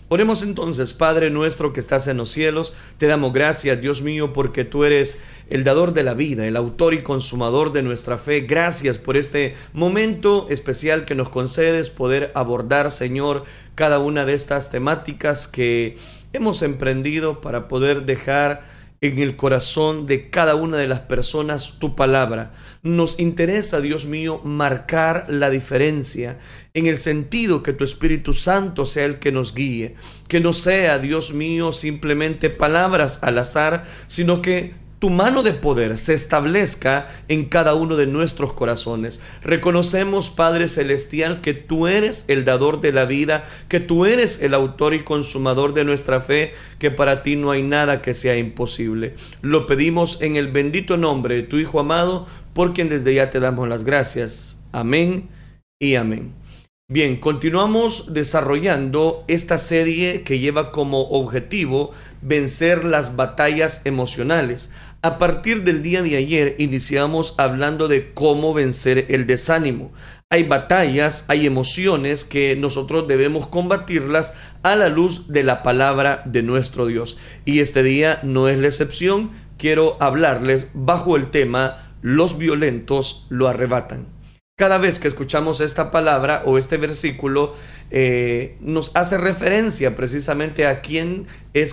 Oremos entonces. Padre nuestro que estás en los cielos, te damos gracias, Dios mío, porque tú eres el dador de la vida, el autor y consumador de nuestra fe. Gracias por este momento especial que nos concedes poder abordar, Señor, cada una de estas temáticas que hemos emprendido para poder dejar en el corazón de cada una de las personas tu palabra. Nos interesa, Dios mío, marcar la diferencia en el sentido que tu Espíritu Santo sea el que nos guíe, que no sea, Dios mío, simplemente palabras al azar, sino que tu mano de poder se establezca en cada uno de nuestros corazones. Reconocemos, Padre Celestial, que tú eres el dador de la vida, que tú eres el autor y consumador de nuestra fe, que para ti no hay nada que sea imposible. Lo pedimos en el bendito nombre de tu Hijo amado, por quien desde ya te damos las gracias. Amén y amén. Bien, continuamos desarrollando esta serie que lleva como objetivo vencer las batallas emocionales. A partir del día de ayer iniciamos hablando de cómo vencer el desánimo. Hay batallas, hay emociones que nosotros debemos combatirlas a la luz de la palabra de nuestro Dios. Y este día no es la excepción. Quiero hablarles bajo el tema: los violentos lo arrebatan. Cada vez que escuchamos esta palabra o este versículo, nos hace referencia precisamente a quiénes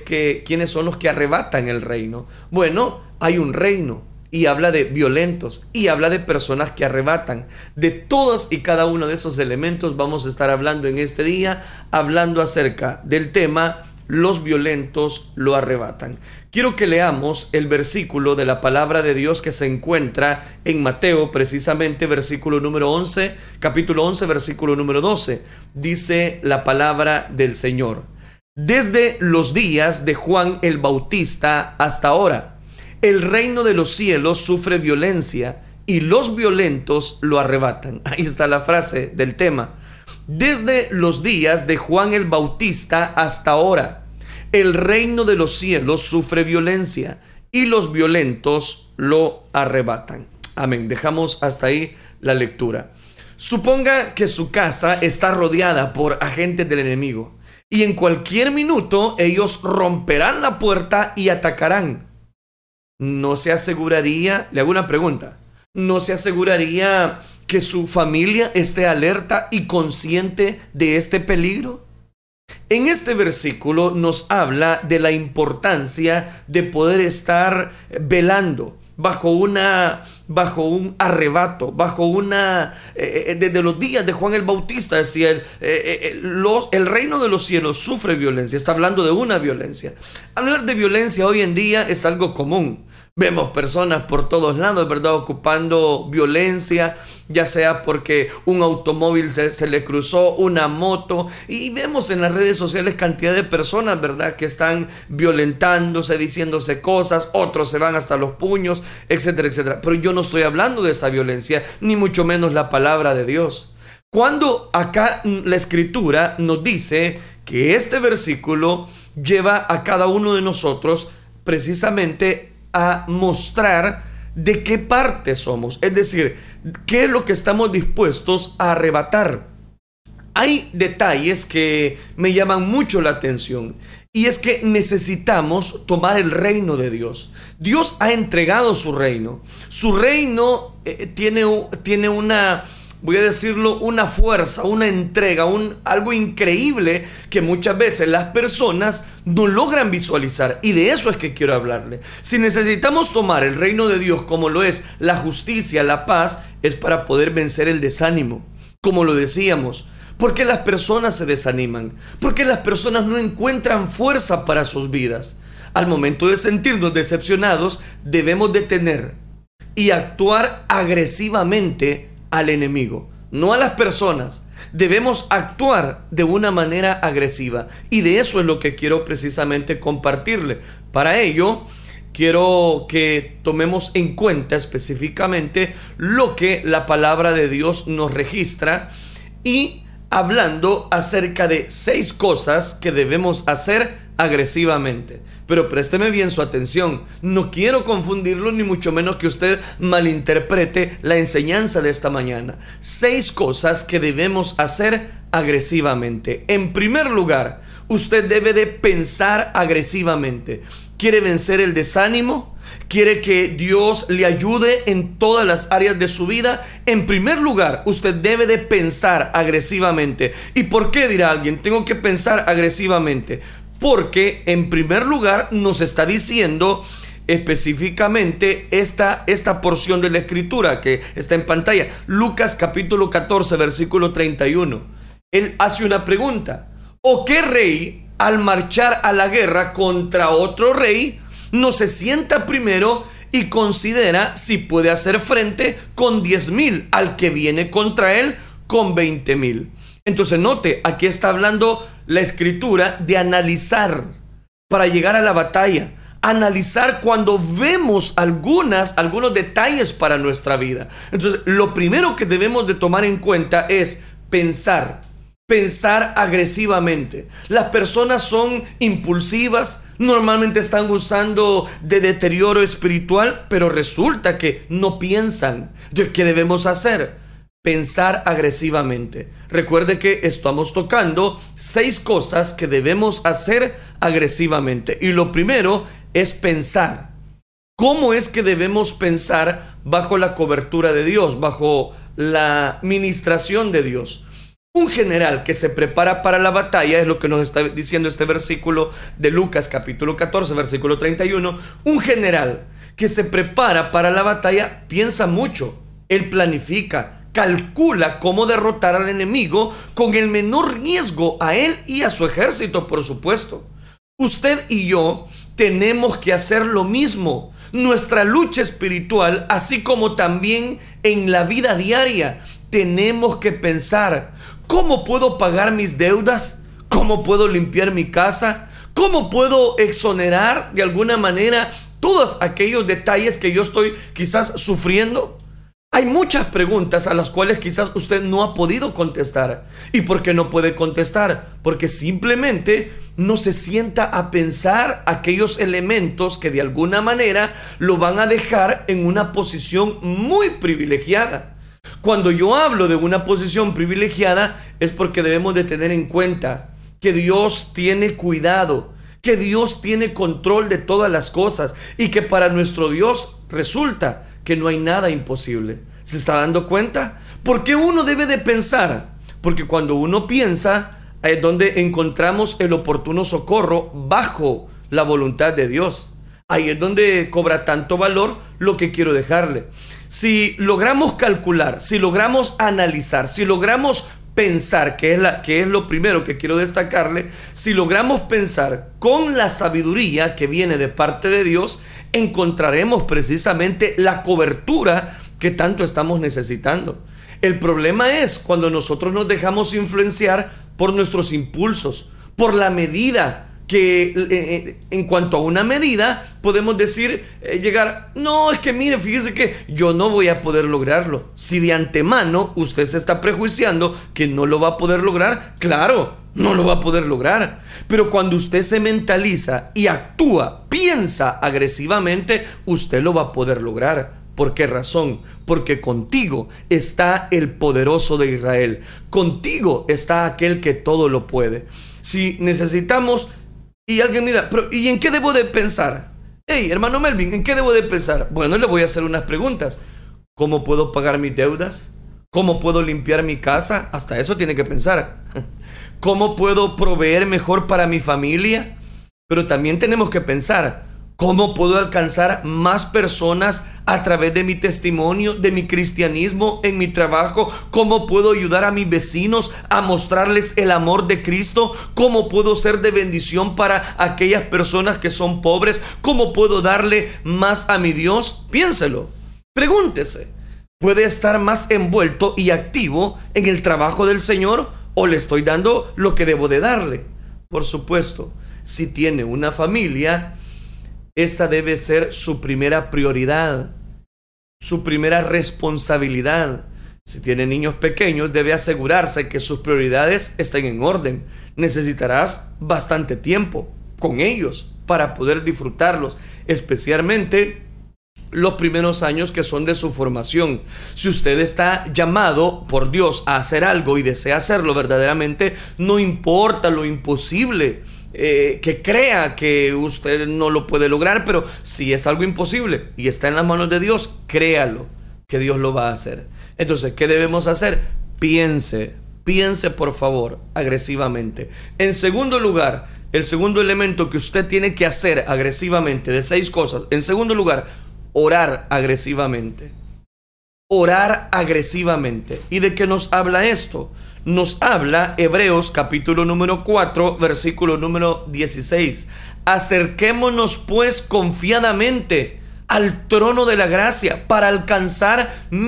son los que arrebatan el reino. Bueno, hay un reino y habla de violentos y habla de personas que arrebatan. De todos y cada uno de esos elementos vamos a estar hablando en este día, hablando acerca del tema: los violentos lo arrebatan. Quiero que leamos el versículo de la palabra de Dios que se encuentra en Mateo, precisamente versículo número 11, capítulo 11, versículo número 12. Dice la palabra del Señor: desde los días de Juan el Bautista hasta ahora, el reino de los cielos sufre violencia y los violentos lo arrebatan. Ahí está la frase del tema. Desde los días de Juan el Bautista hasta ahora, el reino de los cielos sufre violencia y los violentos lo arrebatan. Amén. Dejamos hasta ahí la lectura. Suponga que su casa está rodeada por agentes del enemigo y en cualquier minuto ellos romperán la puerta y atacarán. ¿No se aseguraría? Le hago una pregunta. ¿No se aseguraría que su familia esté alerta y consciente de este peligro? En este versículo nos habla de la importancia de poder estar velando bajo un arrebato, desde los días de Juan el Bautista decía el reino de los cielos sufre violencia. Está hablando de una violencia. Hablar de violencia hoy en día es algo común. Vemos personas por todos lados, ¿verdad?, ocupando violencia, ya sea porque un automóvil se le cruzó, una moto, y vemos en las redes sociales cantidad de personas, ¿verdad?, que están violentándose, diciéndose cosas, otros se van hasta los puños, etcétera, etcétera. Pero yo no estoy hablando de esa violencia, ni mucho menos la palabra de Dios. Cuando acá la Escritura nos dice que este versículo lleva a cada uno de nosotros precisamente a mostrar de qué parte somos, es decir, qué es lo que estamos dispuestos a arrebatar. Hay detalles que me llaman mucho la atención, y es que necesitamos tomar el reino de Dios. Dios ha entregado su reino. Su reino tiene una, voy a decirlo, una fuerza, una entrega, algo increíble que muchas veces las personas no logran visualizar, y de eso es que quiero hablarle. Si necesitamos tomar el reino de Dios como lo es la justicia, la paz, es para poder vencer el desánimo, como lo decíamos. ¿Por qué las personas se desaniman? ¿Por qué las personas no encuentran fuerza para sus vidas? Al momento de sentirnos decepcionados, debemos detener y actuar agresivamente al enemigo, no a las personas. Debemos actuar de una manera agresiva, y de eso es lo que quiero precisamente compartirle. Para ello, quiero que tomemos en cuenta específicamente lo que la palabra de Dios nos registra, y hablando acerca de 6 cosas que debemos hacer agresivamente. Pero présteme bien su atención, no quiero confundirlo, ni mucho menos que usted malinterprete la enseñanza de esta mañana. 6 cosas que debemos hacer agresivamente. En primer lugar, usted debe de pensar agresivamente. ¿Quiere vencer el desánimo? ¿Quiere que Dios le ayude en todas las áreas de su vida? En primer lugar, usted debe de pensar agresivamente. ¿Y por qué, dirá alguien, tengo que pensar agresivamente? Porque en primer lugar nos está diciendo específicamente esta porción de la escritura que está en pantalla. Lucas capítulo 14 versículo 31. Él hace una pregunta: ¿o qué rey al marchar a la guerra contra otro rey no se sienta primero y considera si puede hacer frente con 10,000 al que viene contra él con 20,000? Entonces note, aquí está hablando la escritura de analizar para llegar a la batalla. Analizar cuando vemos algunos detalles para nuestra vida. Entonces, lo primero que debemos de tomar en cuenta es pensar agresivamente. Las personas son impulsivas, normalmente están usando de deterioro espiritual, pero resulta que no piensan. Entonces, ¿qué debemos hacer? Pensar agresivamente. Recuerde que estamos tocando 6 cosas que debemos hacer agresivamente. Y lo primero es pensar. ¿Cómo es que debemos pensar bajo la cobertura de Dios, bajo la ministración de Dios? Un general que se prepara para la batalla, es lo que nos está diciendo este versículo de Lucas capítulo 14, versículo 31. Un general que se prepara para la batalla piensa mucho. Él planifica, calcula cómo derrotar al enemigo con el menor riesgo a él y a su ejército, por supuesto. Usted y yo tenemos que hacer lo mismo. Nuestra lucha espiritual, así como también en la vida diaria, tenemos que pensar: ¿cómo puedo pagar mis deudas? ¿Cómo puedo limpiar mi casa? ¿Cómo puedo exonerar de alguna manera todos aquellos detalles que yo estoy quizás sufriendo? Hay muchas preguntas a las cuales quizás usted no ha podido contestar. ¿Y por qué no puede contestar? Porque simplemente no se sienta a pensar aquellos elementos que de alguna manera lo van a dejar en una posición muy privilegiada. Cuando yo hablo de una posición privilegiada es porque debemos de tener en cuenta que Dios tiene cuidado, que Dios tiene control de todas las cosas y que para nuestro Dios resulta que no hay nada imposible. ¿Se está dando cuenta? ¿Por qué uno debe de pensar? Porque cuando uno piensa es donde encontramos el oportuno socorro bajo la voluntad de Dios. Ahí es donde cobra tanto valor lo que quiero dejarle. Si logramos calcular, si logramos analizar, si logramos pensar, que es lo primero que quiero destacarle, si logramos pensar con la sabiduría que viene de parte de Dios, encontraremos precisamente la cobertura que tanto estamos necesitando. El problema es cuando nosotros nos dejamos influenciar por nuestros impulsos, por la medida que en cuanto a una medida podemos decir, llegar, no, es que mire, fíjese que yo no voy a poder lograrlo. Si de antemano usted se está prejuiciando que no lo va a poder lograr, claro, no lo va a poder lograr. Pero cuando usted se mentaliza y actúa, piensa agresivamente, usted lo va a poder lograr. ¿Por qué razón? Porque contigo está el poderoso de Israel. Contigo está aquel que todo lo puede. Si necesitamos, y alguien mira, pero ¿y en qué debo de pensar? Hey, hermano Melvin, ¿en qué debo de pensar? Bueno, le voy a hacer unas preguntas. ¿Cómo puedo pagar mis deudas? ¿Cómo puedo limpiar mi casa? Hasta eso tiene que pensar. ¿Cómo puedo proveer mejor para mi familia? Pero también tenemos que pensar, ¿cómo puedo alcanzar más personas a través de mi testimonio, de mi cristianismo, en mi trabajo? ¿Cómo puedo ayudar a mis vecinos a mostrarles el amor de Cristo? ¿Cómo puedo ser de bendición para aquellas personas que son pobres? ¿Cómo puedo darle más a mi Dios? Piénselo, pregúntese. ¿Puede estar más envuelto y activo en el trabajo del Señor o le estoy dando lo que debo de darle? Por supuesto, si tiene una familia, esa debe ser su primera prioridad, su primera responsabilidad. Si tiene niños pequeños, debe asegurarse que sus prioridades estén en orden. Necesitarás bastante tiempo con ellos para poder disfrutarlos, especialmente los primeros años que son de su formación. Si usted está llamado por Dios a hacer algo y desea hacerlo verdaderamente, no importa lo imposible que crea que usted no lo puede lograr, pero si es algo imposible y está en las manos de Dios, créalo, que Dios lo va a hacer. Entonces, ¿qué debemos hacer? Piense por favor, agresivamente. En segundo lugar, el segundo elemento que usted tiene que hacer agresivamente, de 6 cosas. En segundo lugar, orar agresivamente. Orar agresivamente. ¿Y de qué nos habla esto? Nos habla Hebreos capítulo número 4, versículo número 16. Acerquémonos pues confiadamente al trono de la gracia para alcanzar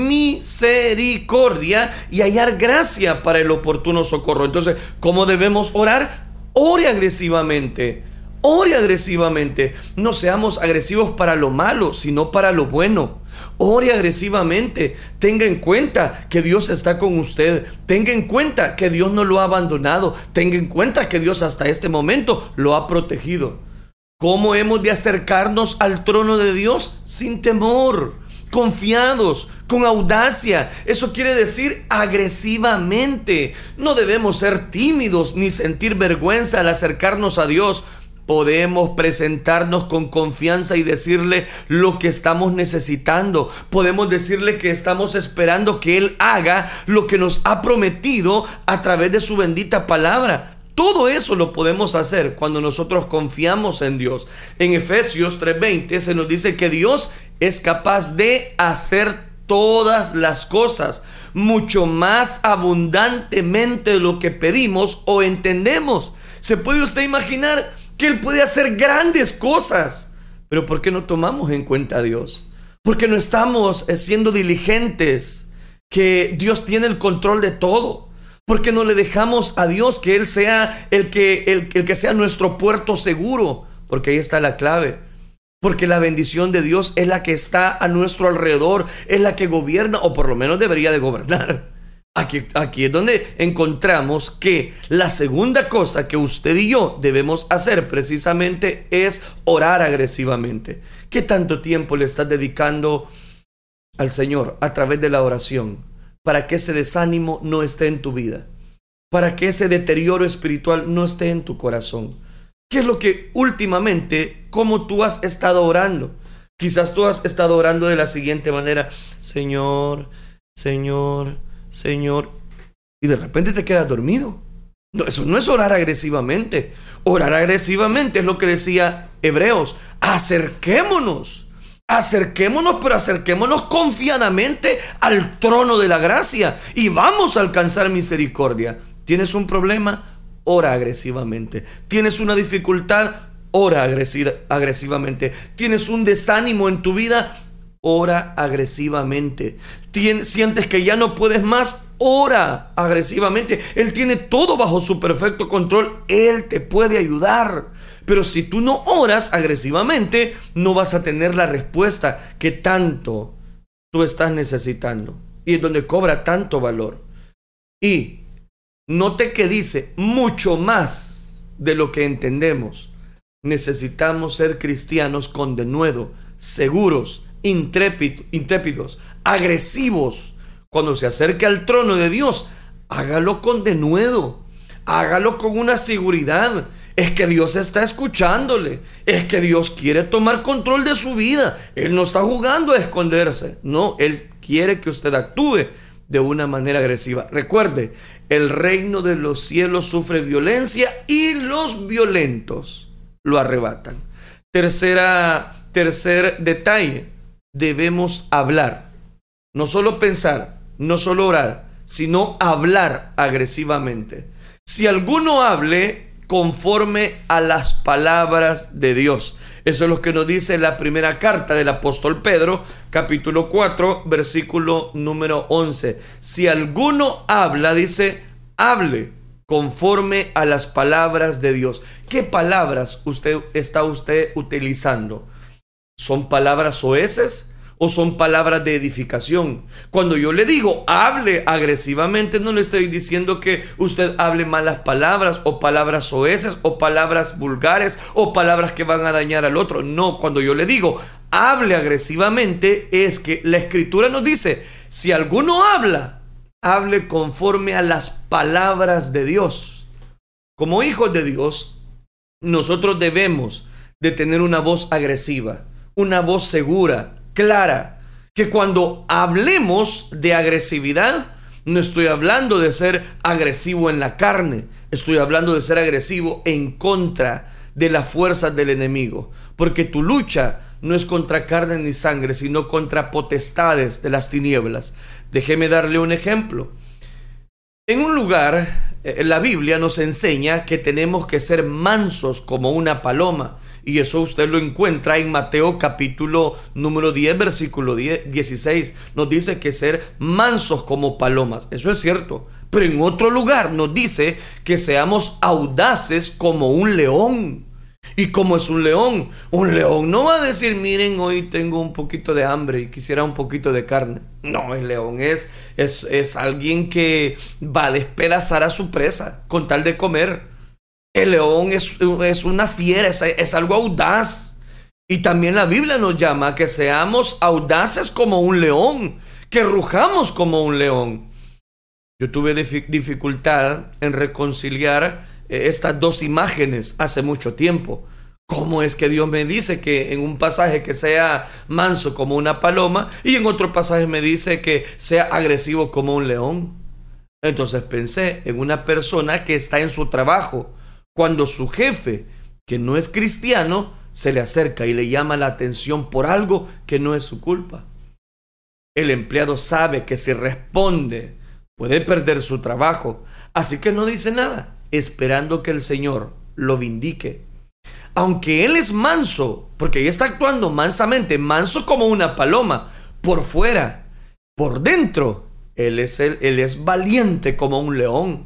misericordia y hallar gracia para el oportuno socorro. Entonces, ¿cómo debemos orar? Ore agresivamente. Ore agresivamente. No seamos agresivos para lo malo, sino para lo bueno. Ore agresivamente. Tenga en cuenta que Dios está con usted. Tenga en cuenta que Dios no lo ha abandonado. Tenga en cuenta que Dios hasta este momento lo ha protegido. ¿Cómo hemos de acercarnos al trono de Dios? Sin temor, confiados, con audacia. Eso quiere decir agresivamente. No debemos ser tímidos ni sentir vergüenza al acercarnos a Dios. Podemos presentarnos con confianza y decirle lo que estamos necesitando. Podemos decirle que estamos esperando que Él haga lo que nos ha prometido a través de su bendita palabra. Todo eso lo podemos hacer cuando nosotros confiamos en Dios. En Efesios 3:20 se nos dice que Dios es capaz de hacer todas las cosas, mucho más abundantemente de lo que pedimos o entendemos. ¿Se puede usted imaginar que Él puede hacer grandes cosas? Pero ¿por qué no tomamos en cuenta a Dios? ¿Por qué no estamos siendo diligentes que Dios tiene el control de todo? ¿Por qué no le dejamos a Dios que Él sea el que sea nuestro puerto seguro? Porque ahí está la clave. Porque la bendición de Dios es la que está a nuestro alrededor, es la que gobierna, o por lo menos debería de gobernar. Aquí es donde encontramos que la segunda cosa que usted y yo debemos hacer precisamente es orar agresivamente. ¿Qué tanto tiempo le estás dedicando al Señor a través de la oración? Para que ese desánimo no esté en tu vida, para que ese deterioro espiritual no esté en tu corazón. ¿Qué es lo que últimamente, cómo tú has estado orando? Quizás tú has estado orando de la siguiente manera: Señor, Señor, Señor, y de repente te quedas dormido. No, eso no es orar agresivamente. Orar agresivamente es lo que decía Hebreos: acerquémonos, pero acerquémonos confiadamente al trono de la gracia y vamos a alcanzar misericordia. ¿Tienes un problema? Ora agresivamente. ¿Tienes una dificultad? Ora agresivamente. ¿Tienes un desánimo en tu vida? Ora agresivamente. ¿Sientes que ya no puedes más? Ora agresivamente. Él tiene todo bajo su perfecto control. Él te puede ayudar. Pero si tú no oras agresivamente, no vas a tener la respuesta que tanto tú estás necesitando. Y es donde cobra tanto valor. Y note que dice mucho más de lo que entendemos. Necesitamos ser cristianos con denuedo, seguros, intrépidos, agresivos. Cuando se acerque al trono de Dios, hágalo con denuedo, hágalo con una seguridad. Es que Dios está escuchándole. Es que Dios quiere tomar control de su vida. Él no está jugando a esconderse. No, Él quiere que usted actúe de una manera agresiva. Recuerde, el reino de los cielos sufre violencia y los violentos lo arrebatan. Tercer detalle, debemos hablar. No solo pensar, no solo orar, sino hablar agresivamente. Si alguno hable conforme a las palabras de Dios. Eso es lo que nos dice la primera carta del apóstol Pedro, capítulo 4, versículo número 11. Si alguno habla, dice, hable conforme a las palabras de Dios. ¿Qué palabras está usted utilizando? ¿Son palabras soeces o son palabras de edificación. Cuando yo le digo hable agresivamente, no le estoy diciendo que usted hable malas palabras o palabras soeces o palabras vulgares o palabras que van a dañar al otro. No, cuando yo le digo hable agresivamente, es que la Escritura nos dice, si alguno habla, hable conforme a las palabras de Dios. Como hijos de Dios, nosotros debemos de tener una voz agresiva, una voz segura, clara, que cuando hablemos de agresividad, no estoy hablando de ser agresivo en la carne, estoy hablando de ser agresivo en contra de las fuerzas del enemigo, porque tu lucha no es contra carne ni sangre, sino contra potestades de las tinieblas. Déjeme darle un ejemplo. En un lugar, la Biblia nos enseña que tenemos que ser mansos como una paloma, y eso usted lo encuentra en Mateo capítulo número 10, versículo 16. Nos dice que ser mansos como palomas. Eso es cierto. Pero en otro lugar nos dice que seamos audaces como un león. ¿Y cómo es un león? Un león no va a decir, miren, hoy tengo un poquito de hambre y quisiera un poquito de carne. No, el león es alguien que va a despedazar a su presa con tal de comer. El león es una fiera, es algo audaz. Y también la Biblia nos llama a que seamos audaces como un león, que rujamos como un león. Yo tuve dificultad en reconciliar estas dos imágenes hace mucho tiempo. ¿Cómo es que Dios me dice que en un pasaje que sea manso como una paloma y en otro pasaje me dice que sea agresivo como un león? Entonces pensé en una persona que está en su trabajo, cuando su jefe, que no es cristiano, se le acerca y le llama la atención por algo que no es su culpa. El empleado sabe que si responde puede perder su trabajo, así que no dice nada, esperando que el Señor lo vindique. Aunque él es manso, porque ella está actuando mansamente, manso como una paloma, por fuera, por dentro, él es valiente como un león.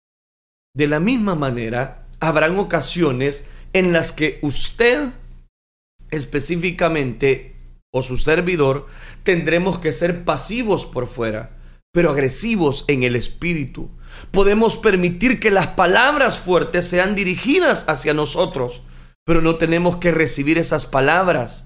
De la misma manera, habrán ocasiones en las que usted específicamente o su servidor tendremos que ser pasivos por fuera, pero agresivos en el espíritu. Podemos permitir que las palabras fuertes sean dirigidas hacia nosotros, pero no tenemos que recibir esas palabras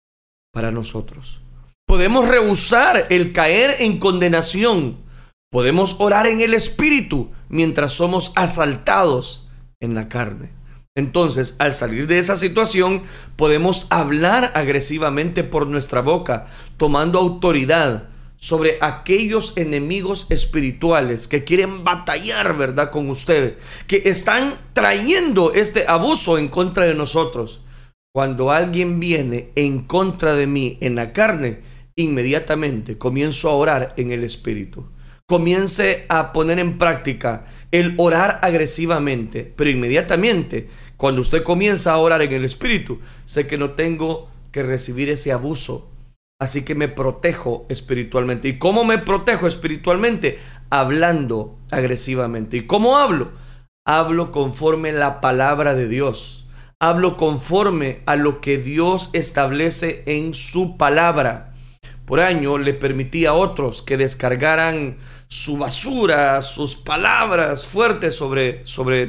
para nosotros. Podemos rehusar el caer en condenación. Podemos orar en el espíritu mientras somos asaltados en la carne. Entonces, al salir de esa situación, podemos hablar agresivamente por nuestra boca, tomando autoridad sobre aquellos enemigos espirituales que quieren batallar, ¿verdad?, con usted, que están trayendo este abuso en contra de nosotros. Cuando alguien viene en contra de mí en la carne, inmediatamente comienzo a orar en el espíritu. Comience a poner en práctica el orar agresivamente, pero inmediatamente, cuando usted comienza a orar en el espíritu, sé que no tengo que recibir ese abuso. Así que me protejo espiritualmente. ¿Y cómo me protejo espiritualmente? Hablando agresivamente. ¿Y cómo hablo? Hablo conforme la palabra de Dios. Hablo conforme a lo que Dios establece en su palabra. Por años le permití a otros que descargaran su basura, sus palabras fuertes sobre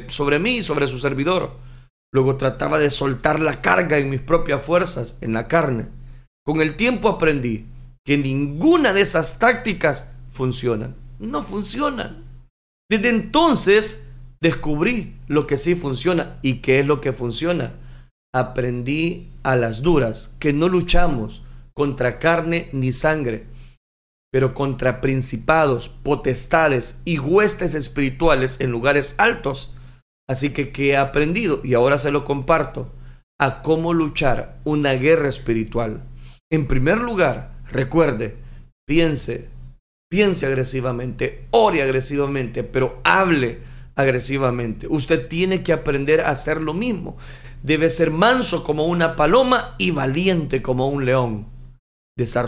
mí, sobre su servidor. Luego trataba de soltar la carga en mis propias fuerzas, en la carne. Con el tiempo aprendí que ninguna de esas tácticas funcionan. No funcionan. Desde entonces descubrí lo que sí funciona. ¿Y qué es lo que funciona? Aprendí a las duras que no luchamos contra carne ni sangre, pero contra principados, potestades y huestes espirituales en lugares altos. Así que he aprendido, y ahora se lo comparto, a cómo luchar una guerra espiritual. En primer lugar, recuerde, piense agresivamente, ore agresivamente, pero hable agresivamente. Usted tiene que aprender a hacer lo mismo. Debe ser manso como una paloma y valiente como un león.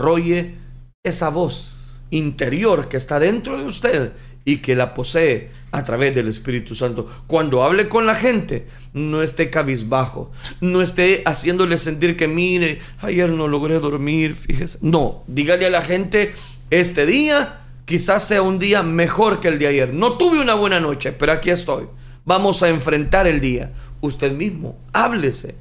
Desarrolle esa voz interior que está dentro de usted y que la posee a través del Espíritu Santo. Cuando hable con la gente, no esté cabizbajo, no esté haciéndole sentir que mire, ayer no logré dormir, fíjese. No, dígale a la gente, este día quizás sea un día mejor que el de ayer. No tuve una buena noche, pero aquí estoy. Vamos a enfrentar el día. Usted mismo, háblese,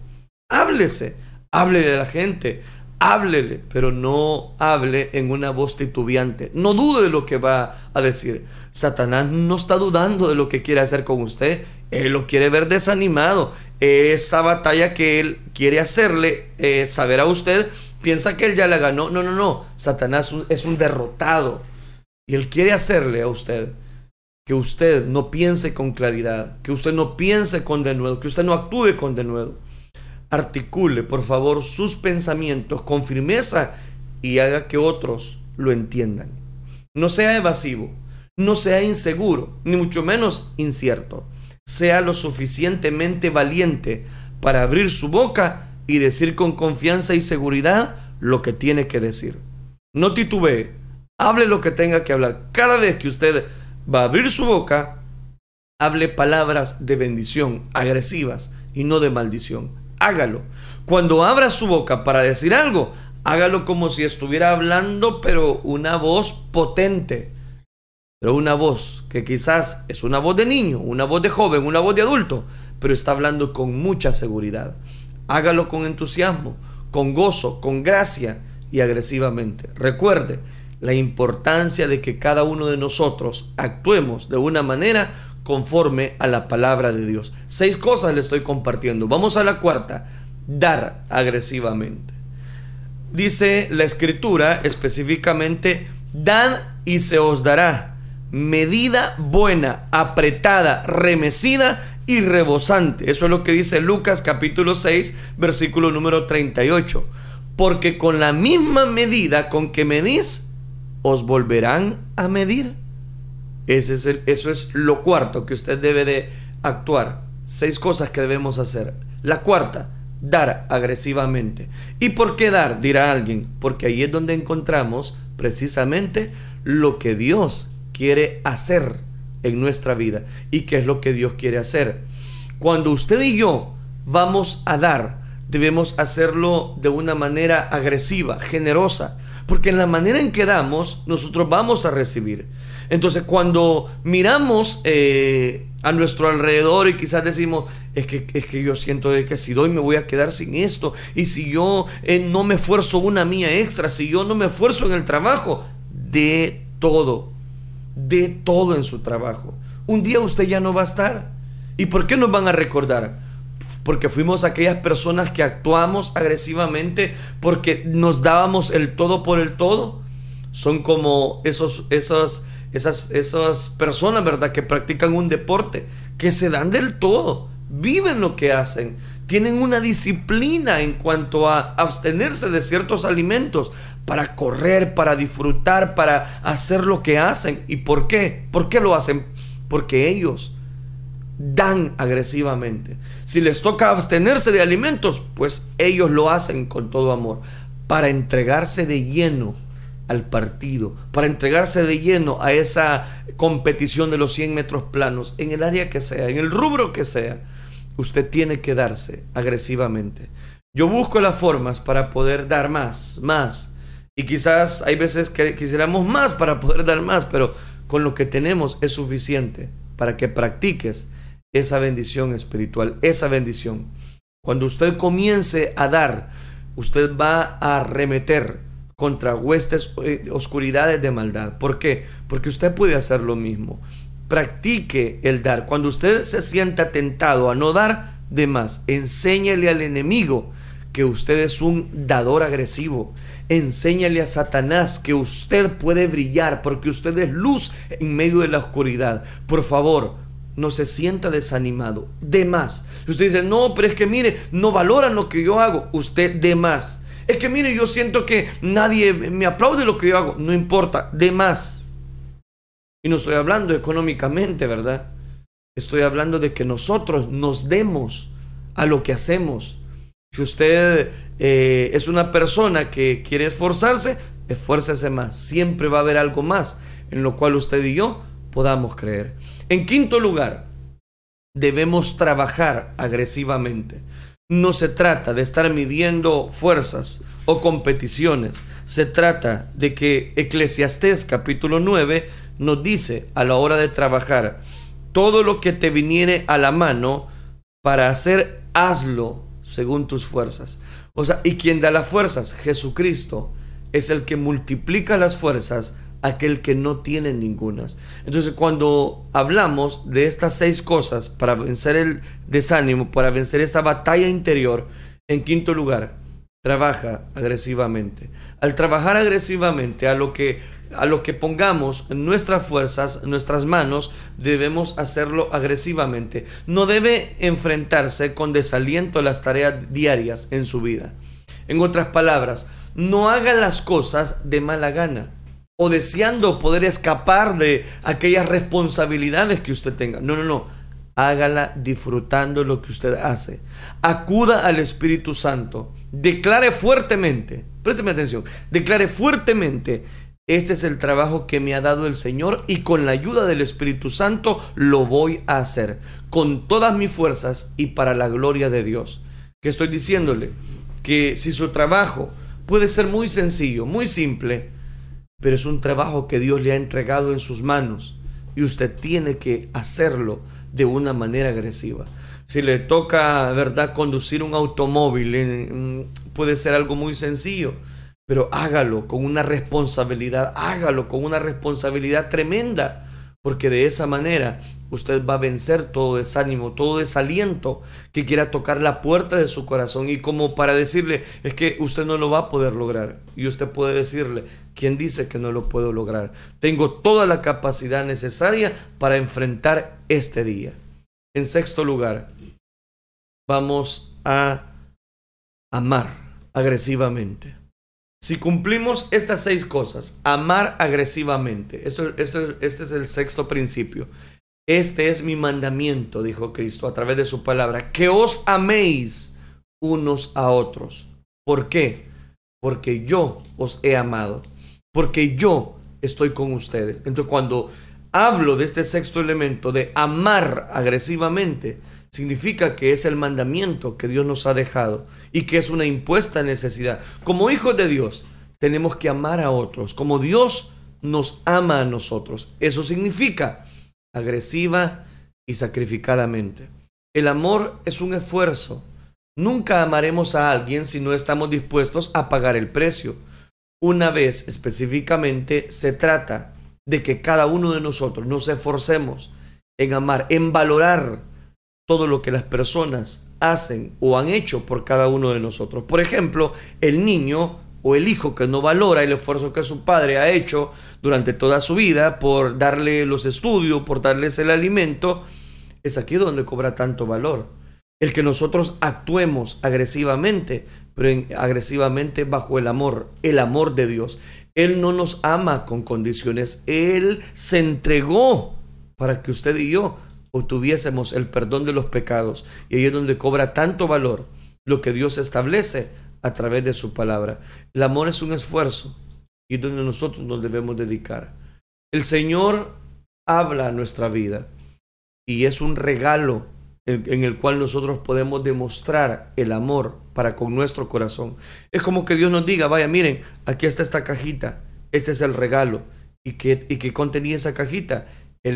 háblele a la gente, háblele, pero no hable en una voz titubeante. No dude de lo que va a decir. Satanás no está dudando de lo que quiere hacer con usted. Él lo quiere ver desanimado. Esa batalla que él quiere hacerle saber a usted, piensa que él ya la ganó. No. Satanás es un derrotado. Y él quiere hacerle a usted que usted no piense con claridad, que usted no piense con denuedo, que usted no actúe con denuedo. Articule, por favor, sus pensamientos con firmeza y haga que otros lo entiendan. No sea evasivo, no sea inseguro, ni mucho menos incierto. Sea lo suficientemente valiente para abrir su boca y decir con confianza y seguridad lo que tiene que decir. No titubee, hable lo que tenga que hablar. Cada vez que usted va a abrir su boca, hable palabras de bendición, agresivas y no de maldición. Hágalo. Cuando abra su boca para decir algo, hágalo como si estuviera hablando, pero una voz potente. Pero una voz que quizás es una voz de niño, una voz de joven, una voz de adulto, pero está hablando con mucha seguridad. Hágalo con entusiasmo, con gozo, con gracia y agresivamente. Recuerde la importancia de que cada uno de nosotros actuemos de una manera conforme a la palabra de Dios. 6 cosas le estoy compartiendo. Vamos a la cuarta: dar agresivamente. Dice la Escritura específicamente: dad y se os dará, medida buena, apretada, remecida y rebosante. Eso es lo que dice Lucas capítulo 6, versículo número 38. Porque con la misma medida con que medís, os volverán a medir. Eso es lo cuarto que usted debe de actuar. 6 cosas que debemos hacer. La cuarta: dar agresivamente. ¿Y por qué dar?, dirá alguien. Porque ahí es donde encontramos precisamente lo que Dios quiere hacer en nuestra vida. ¿Y qué es lo que Dios quiere hacer? Cuando usted y yo vamos a dar, debemos hacerlo de una manera agresiva, generosa, porque en la manera en que damos, nosotros vamos a recibir. Entonces, cuando miramos a nuestro alrededor y quizás decimos, es que yo siento de que si doy me voy a quedar sin esto, y si yo no me esfuerzo una mía extra, si yo no me esfuerzo en el trabajo, de todo en su trabajo. Un día usted ya no va a estar. ¿Y por qué nos van a recordar? Porque fuimos aquellas personas que actuamos agresivamente, porque nos dábamos el todo por el todo. Son como esas personas, ¿verdad?, que practican un deporte, que se dan del todo, viven lo que hacen, tienen una disciplina en cuanto a abstenerse de ciertos alimentos para correr, para disfrutar, para hacer lo que hacen. ¿Y por qué? ¿Por qué lo hacen? Porque ellos dan agresivamente. Si les toca abstenerse de alimentos, pues ellos lo hacen con todo amor, para entregarse de lleno al partido, para entregarse de lleno a esa competición de los 100 metros planos, en el área que sea, en el rubro que sea. Usted tiene que darse agresivamente. Yo busco las formas para poder dar más, y quizás hay veces que quisiéramos más para poder dar más, pero con lo que tenemos es suficiente para que practiques esa bendición espiritual, esa bendición. Cuando usted comience a dar, usted va a arremeter contra huestes, oscuridades de maldad. ¿Por qué? Porque usted puede hacer lo mismo. Practique el dar. Cuando usted se sienta tentado a no dar de más, enséñale al enemigo que usted es un dador agresivo. Enséñale a Satanás que usted puede brillar, porque usted es luz en medio de la oscuridad. Por favor, no se sienta desanimado de más. Usted dice, no, pero es que mire, no valoran lo que yo hago. Usted de más. Es que mire, yo siento que nadie me aplaude lo que yo hago. No importa, de más. Y no estoy hablando económicamente, ¿verdad? Estoy hablando de que nosotros nos demos a lo que hacemos. Si usted es una persona que quiere esforzarse, esfuércese más. Siempre va a haber algo más en lo cual usted y yo podamos creer. En quinto lugar, debemos trabajar agresivamente. No se trata de estar midiendo fuerzas o competiciones. Se trata de que Eclesiastés capítulo 9 nos dice a la hora de trabajar: todo lo que te viniere a la mano para hacer, hazlo según tus fuerzas. O sea, ¿y quién da las fuerzas? Jesucristo es el que multiplica las fuerzas a aquel que no tiene ningunas. Entonces, cuando hablamos de estas 6 cosas para vencer el desánimo, para vencer esa batalla interior, en quinto lugar, trabaja agresivamente. Al trabajar agresivamente, a lo que pongamos nuestras fuerzas, nuestras manos, debemos hacerlo agresivamente. No debe enfrentarse con desaliento a las tareas diarias en su vida. En otras palabras, no haga las cosas de mala gana o deseando poder escapar de aquellas responsabilidades que usted tenga. No. Hágala disfrutando lo que usted hace. Acuda al Espíritu Santo. Declare fuertemente, présteme atención, declare fuertemente: este es el trabajo que me ha dado el Señor y con la ayuda del Espíritu Santo lo voy a hacer con todas mis fuerzas y para la gloria de Dios. ¿Qué estoy diciéndole? Que si su trabajo puede ser muy sencillo, muy simple, pero es un trabajo que Dios le ha entregado en sus manos y usted tiene que hacerlo de una manera agresiva. Si le toca, ¿verdad?, conducir un automóvil, puede ser algo muy sencillo, pero hágalo con una responsabilidad, hágalo con una responsabilidad tremenda, porque de esa manera usted va a vencer todo desánimo, todo desaliento que quiera tocar la puerta de su corazón, y como para decirle: es que usted no lo va a poder lograr. Y usted puede decirle: ¿quién dice que no lo puedo lograr? Tengo toda la capacidad necesaria para enfrentar este día. En sexto lugar, vamos a amar agresivamente. Si cumplimos estas 6 cosas, amar agresivamente, este es el sexto principio. Este es mi mandamiento, dijo Cristo a través de su palabra, que os améis unos a otros. ¿Por qué? Porque yo os he amado, porque yo estoy con ustedes. Entonces, cuando hablo de este sexto elemento de amar agresivamente, significa que es el mandamiento que Dios nos ha dejado y que es una impuesta necesidad. Como hijos de Dios, tenemos que amar a otros como Dios nos ama a nosotros. Eso significa agresiva y sacrificadamente. El amor es un esfuerzo. Nunca amaremos a alguien si no estamos dispuestos a pagar el precio. Una vez específicamente se trata de que cada uno de nosotros nos esforcemos en amar, en valorar todo lo que las personas hacen o han hecho por cada uno de nosotros. Por ejemplo, el niño o el hijo que no valora el esfuerzo que su padre ha hecho durante toda su vida por darle los estudios, por darles el alimento, es aquí donde cobra tanto valor. El que nosotros actuemos agresivamente, pero agresivamente bajo el amor de Dios. Él no nos ama con condiciones. Él se entregó para que usted y yo obtuviésemos el perdón de los pecados. Y ahí es donde cobra tanto valor lo que Dios establece a través de su palabra. El amor es un esfuerzo y es donde nosotros nos debemos dedicar. El Señor habla a nuestra vida y es un regalo en el cual nosotros podemos demostrar el amor para con nuestro corazón. Es como que Dios nos diga: vaya, miren, aquí está esta cajita, este es el regalo. ¿Y qué contenía esa cajita?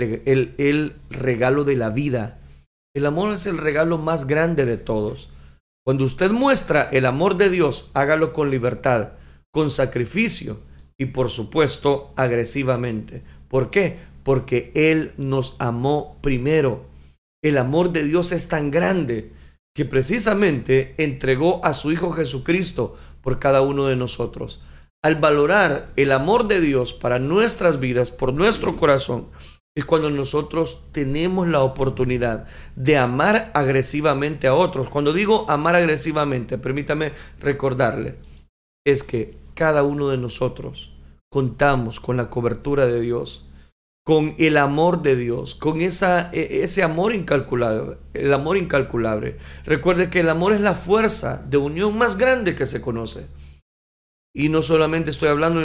El regalo de la vida. El amor es el regalo más grande de todos. Cuando usted muestra el amor de Dios, hágalo con libertad, con sacrificio y por supuesto agresivamente. ¿Por qué? Porque Él nos amó primero. El amor de Dios es tan grande que precisamente entregó a su Hijo Jesucristo por cada uno de nosotros. Al valorar el amor de Dios para nuestras vidas, por nuestro corazón, es cuando nosotros tenemos la oportunidad de amar agresivamente a otros. Cuando digo amar agresivamente, permítame recordarle, es que cada uno de nosotros contamos con la cobertura de Dios, con el amor de Dios, con ese amor incalculable, el amor incalculable. Recuerde que el amor es la fuerza de unión más grande que se conoce. Y no solamente estoy hablando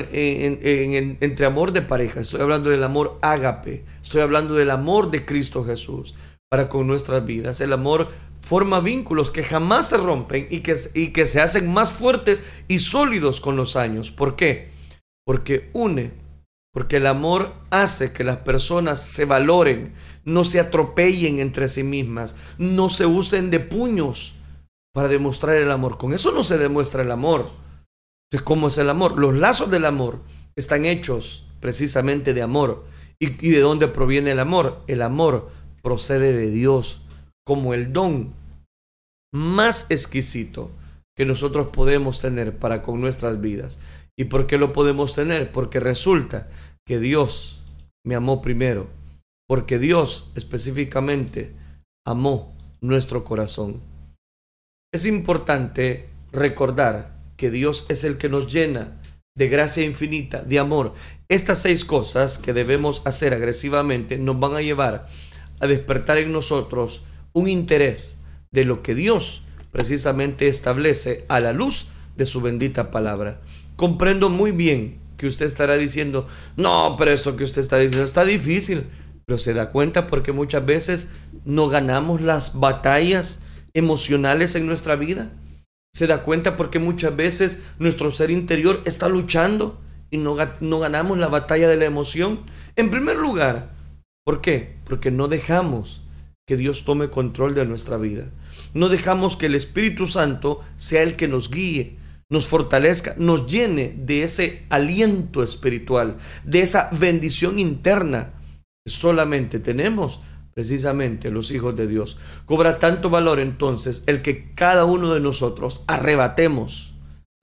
entre amor de pareja, estoy hablando del amor ágape, estoy hablando del amor de Cristo Jesús para con nuestras vidas. El amor forma vínculos que jamás se rompen y que se hacen más fuertes y sólidos con los años. ¿Por qué? Porque porque el amor hace que las personas se valoren, no se atropellen entre sí mismas, no se usen de puños para demostrar el amor. Con eso no se demuestra el amor. Entonces, ¿cómo es el amor? Los lazos del amor están hechos precisamente de amor. ¿Y de dónde proviene el amor? El amor procede de Dios como el don más exquisito que nosotros podemos tener para con nuestras vidas. ¿Y por qué lo podemos tener? Porque resulta que Dios me amó primero, porque Dios específicamente amó nuestro corazón. Es importante recordar que Dios es el que nos llena de gracia infinita, de amor. Estas 6 cosas que debemos hacer agresivamente nos van a llevar a despertar en nosotros un interés de lo que Dios precisamente establece a la luz de su bendita palabra. Comprendo muy bien que usted estará diciendo, no, pero esto que usted está diciendo está difícil, pero se da cuenta porque muchas veces no ganamos las batallas emocionales en nuestra vida. Se da cuenta porque muchas veces nuestro ser interior está luchando y no ganamos la batalla de la emoción. En primer lugar, ¿por qué? Porque no dejamos que Dios tome control de nuestra vida. No dejamos que el Espíritu Santo sea el que nos guíe, nos fortalezca, nos llene de ese aliento espiritual, de esa bendición interna que solamente tenemos precisamente los hijos de Dios. Cobra tanto valor entonces el que cada uno de nosotros arrebatemos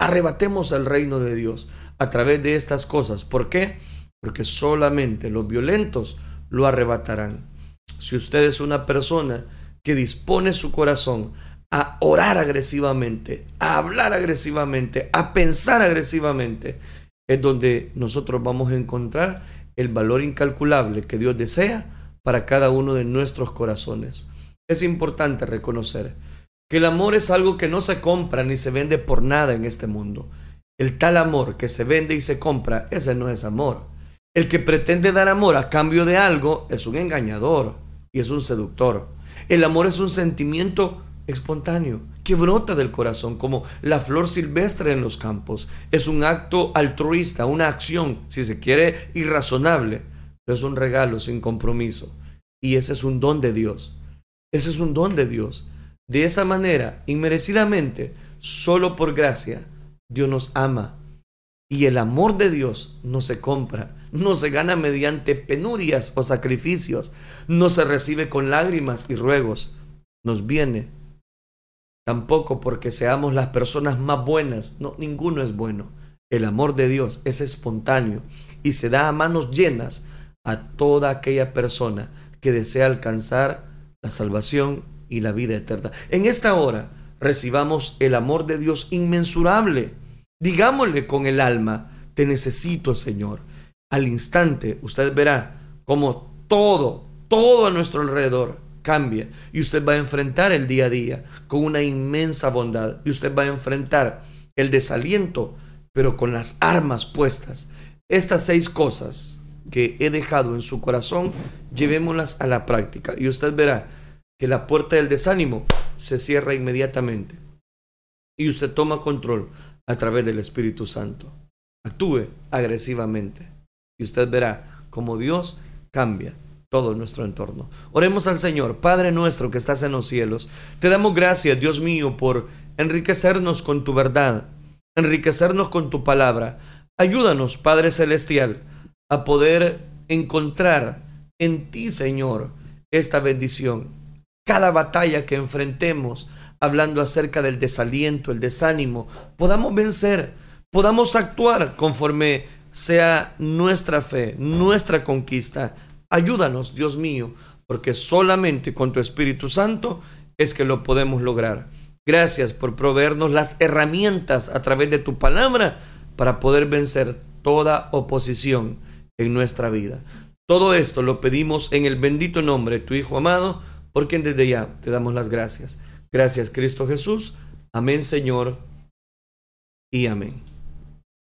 el reino de Dios a través de estas cosas. ¿Por qué? Porque solamente los violentos lo arrebatarán. Si usted es una persona que dispone su corazón a orar agresivamente, a hablar agresivamente, a pensar agresivamente, es donde nosotros vamos a encontrar el valor incalculable que Dios desea para cada uno de nuestros corazones. Es importante reconocer que el amor es algo que no se compra ni se vende por nada en este mundo. El tal amor que se vende y se compra, ese no es amor. El que pretende dar amor a cambio de algo es un engañador y es un seductor. El amor es un sentimiento espontáneo que brota del corazón como la flor silvestre en los campos. Es un acto altruista, una acción, si se quiere, irrazonable, pero es un regalo sin compromiso. Y ese es un don de Dios. Ese es un don de Dios. De esa manera, inmerecidamente, solo por gracia, Dios nos ama. Y el amor de Dios no se compra, no se gana mediante penurias o sacrificios, no se recibe con lágrimas y ruegos, nos viene tampoco porque seamos las personas más buenas, no, ninguno es bueno. El amor de Dios es espontáneo y se da a manos llenas a toda aquella persona que desea alcanzar la salvación y la vida eterna. En esta hora recibamos el amor de Dios inmensurable. Digámosle con el alma, te necesito, Señor. Al instante usted verá cómo todo a nuestro alrededor cambia y usted va a enfrentar el día a día con una inmensa bondad y usted va a enfrentar el desaliento, pero con las armas puestas. Estas 6 cosas que he dejado en su corazón, llevémoslas a la práctica y usted verá que la puerta del desánimo se cierra inmediatamente y usted toma control a través del Espíritu Santo. Actúe agresivamente y usted verá cómo Dios cambia todo nuestro entorno. Oremos al Señor. Padre nuestro que estás en los cielos, te damos gracias, Dios mío, por enriquecernos con tu verdad, enriquecernos con tu palabra. Ayúdanos, Padre Celestial, a poder encontrar en ti, Señor, esta bendición. Cada batalla que enfrentemos, hablando acerca del desaliento, el desánimo, podamos vencer, podamos actuar conforme sea nuestra fe, nuestra conquista. Ayúdanos, Dios mío, porque solamente con tu Espíritu Santo es que lo podemos lograr. Gracias por proveernos las herramientas a través de tu palabra para poder vencer toda oposición en nuestra vida. Todo esto lo pedimos en el bendito nombre de tu Hijo amado, por quien desde ya te damos las gracias. Gracias, Cristo Jesús. Amén, Señor, y amén.